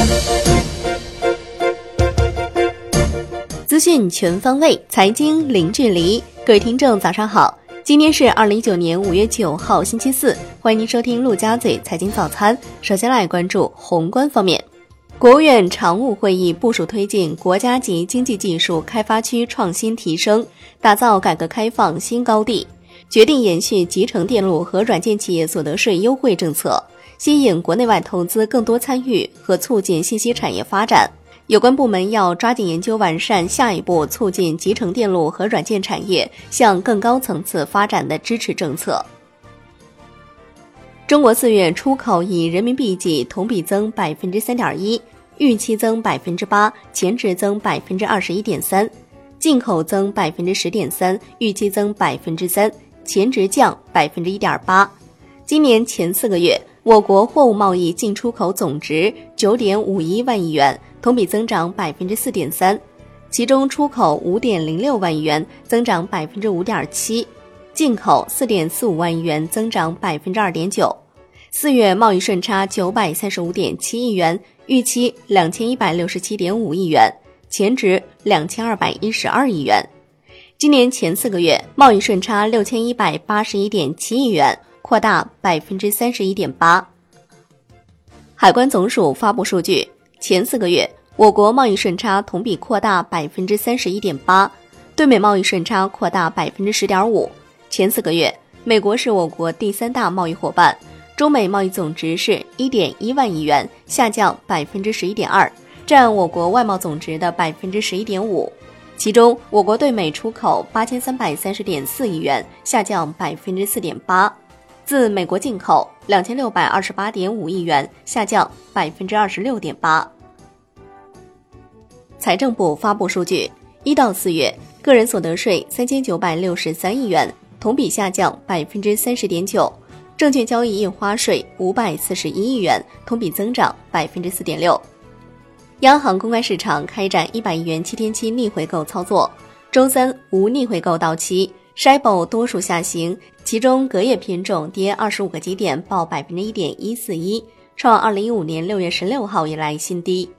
资讯全方位，财经零距离。各位听众早上好，今天是2019年5月9号星期四，欢迎您收听陆家嘴财经早餐。首先来关注宏观方面，国务院常务会议部署推进国家级经济技术开发区创新提升，打造改革开放新高地，决定延续集成电路和软件企业所得税优惠政策，吸引国内外投资更多参与和促进信息产业发展。有关部门要抓紧研究完善下一步促进集成电路和软件产业向更高层次发展的支持政策。中国4月出口以人民币计同比增 3.1%， 预期增 8%， 前值增 21.3%， 进口增 10.3%， 预期增 3%， 前值降 1.8%。 今年前4个月，我国货物贸易进出口总值 9.51万亿元，同比增长 4.3%， 其中出口 5.06万亿元，增长 5.7%， 进口 4.45万亿元，增长 2.9%。 4月贸易顺差 935.7 亿元，预期 2167.5 亿元，前值 2212亿元。今年前4个月，贸易顺差 6181.7 亿元，扩大 31.8%。 海关总署发布数据，前4个月，我国贸易顺差同比扩大 31.8%， 对美贸易顺差扩大 10.5%。 前4个月，美国是我国第3大贸易伙伴，中美贸易总值是 1.1 万亿元，下降 11.2%， 占我国外贸总值的 11.5%。 其中，我国对美出口 8330.4 亿元，下降 4.8%。自美国进口 2628.5 亿元，下降 26.8%。 财政部发布数据，1到4月，个人所得税3963亿元，同比下降 30.9%， 证券交易印花税541亿元，同比增长 4.6%。 央行公开市场开展100亿元7天期逆回购操作，周三无逆回购到期，SHIBO 多数下行，其中隔夜品种跌25个基点，报 1.141， 创2015年6月16号以来新低。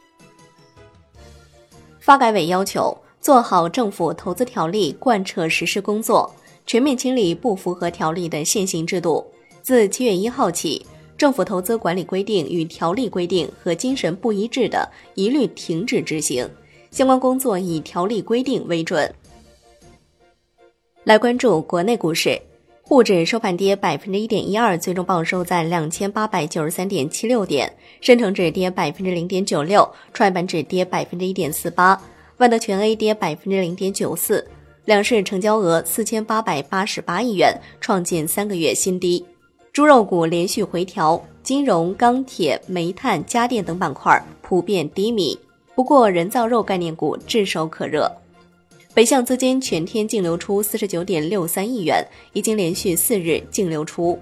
发改委要求做好政府投资条例贯彻实施工作，全面清理不符合条例的现行制度。自7月1号起，政府投资管理规定与条例规定和精神不一致的，一律停止执行，相关工作以条例规定为准。来关注国内股市，沪指收盘跌 1.12%， 最终报收在 2893.76 点，深成指跌 0.96%， 创业板指跌 1.48%， 万德全 A 跌 0.94%， 两市成交额4888亿元，创近3个月新低。猪肉股连续回调，金融、钢铁、煤炭、家电等板块普遍低迷，不过人造肉概念股炙手可热。北向资金全天净流出 49.63 亿元，已经连续4日净流出。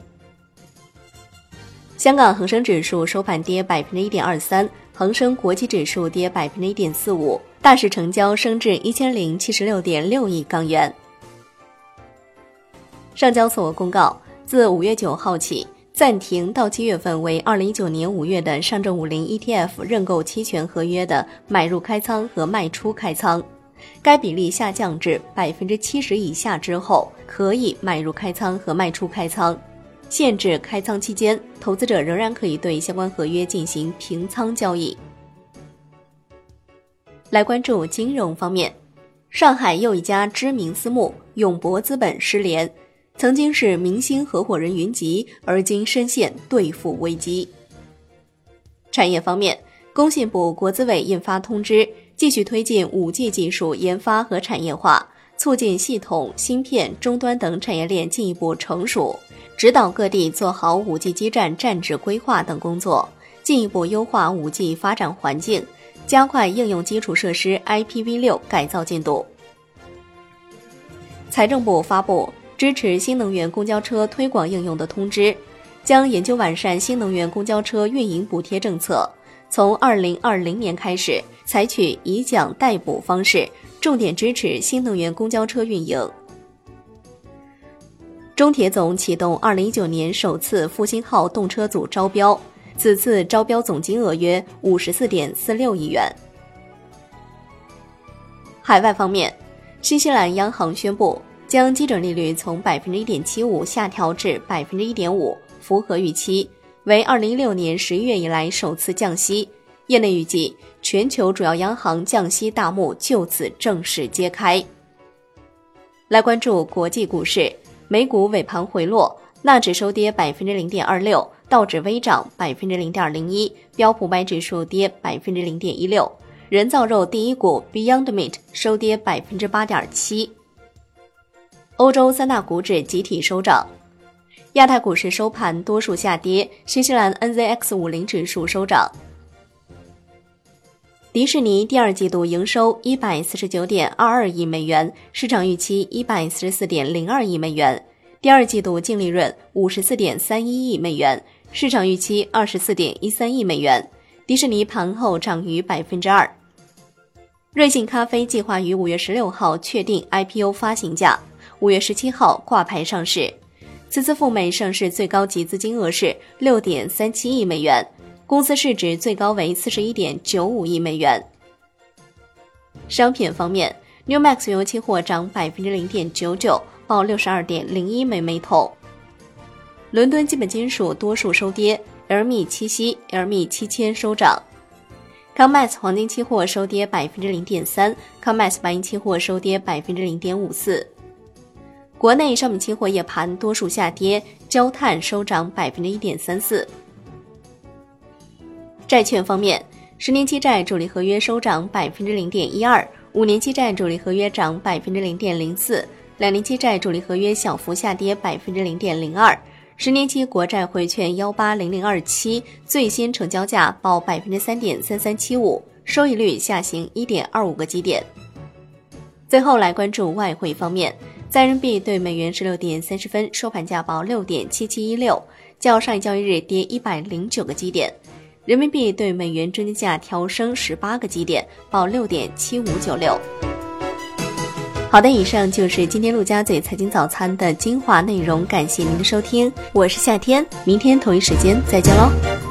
香港恒生指数收盘跌 1.23%， 恒生国际指数跌 1.45%， 大市成交升至 1076.6 亿港元。上交所公告，自5月9号起，暂停到期月份为2019年5月的上证50 ETF 认购期权合约的买入开仓和卖出开仓，该比例下降至 70% 以下之后，可以买入开仓和卖出开仓。限制开仓期间，投资者仍然可以对相关合约进行平仓交易。来关注金融方面，上海又一家知名私募永博资本失联，曾经是明星合伙人云集，而今深陷兑付危机。产业方面，工信部、国资委印发通知，继续推进 5G 技术研发和产业化，促进系统、芯片、终端等产业链进一步成熟，指导各地做好 5G 基站站址规划等工作，进一步优化 5G 发展环境，加快应用基础设施 IPv6 改造进度。财政部发布支持新能源公交车推广应用的通知，将研究完善新能源公交车运营补贴政策，从2020年开始采取以奖代补方式，重点支持新能源公交车运营。中铁总启动2019年首次复兴号动车组招标， 此次招标总金额约 54.46 亿元。海外方面，新西兰央行宣布将基准利率从 1.75% 下调至 1.5%， 符合预期，为2016年11月以来首次降息。业内预计，全球主要央行降息大幕就此正式揭开。来关注国际股市，美股尾盘回落，纳指收跌 0.26%， 道指微涨 0.01%， 标普500指数跌 0.16%。人造肉第一股 Beyond Meat 收跌 8.7%。 欧洲三大股指集体收涨，亚太股市收盘多数下跌，新西兰 NZX50 指数收涨。迪士尼第二季度营收 149.22 亿美元，市场预期 144.02 亿美元，第二季度净利润 54.31 亿美元，市场预期 24.13 亿美元，迪士尼盘后涨逾 2%。瑞幸咖啡计划于5月16号确定 IPO 发行价，5月17号挂牌上市。此次赴美上市最高集资金额是 6.37 亿美元，公司市值最高为 41.95 亿美元。商品方面， Newmax 原油期货涨 0.99%， 报 62.01 每桶。伦敦基本金属多数收跌， LME 七锡、LME 7000收涨。COMEX 黄金期货收跌 0.3%， COMEX 白银期货收跌 0.54%。 国内商品期货夜盘多数下跌，焦炭收涨 1.34%。 债券方面，10年期债主力合约收涨 0.12%， 5年期债主力合约涨 0.04%， 2年期债主力合约小幅下跌 0.02%。10年期国债汇券180027最新成交价报 3.3375%， 收益率下行 1.25 个基点。最后来关注外汇方面，在人民币对美元16点30分收盘价报 6.7716， 较上一交易日跌109个基点。人民币对美元中间价调升18个基点，报 6.7596。好的，以上就是今天陆家嘴财经早餐的精华内容，感谢您的收听，我是夏天，明天同一时间再见喽。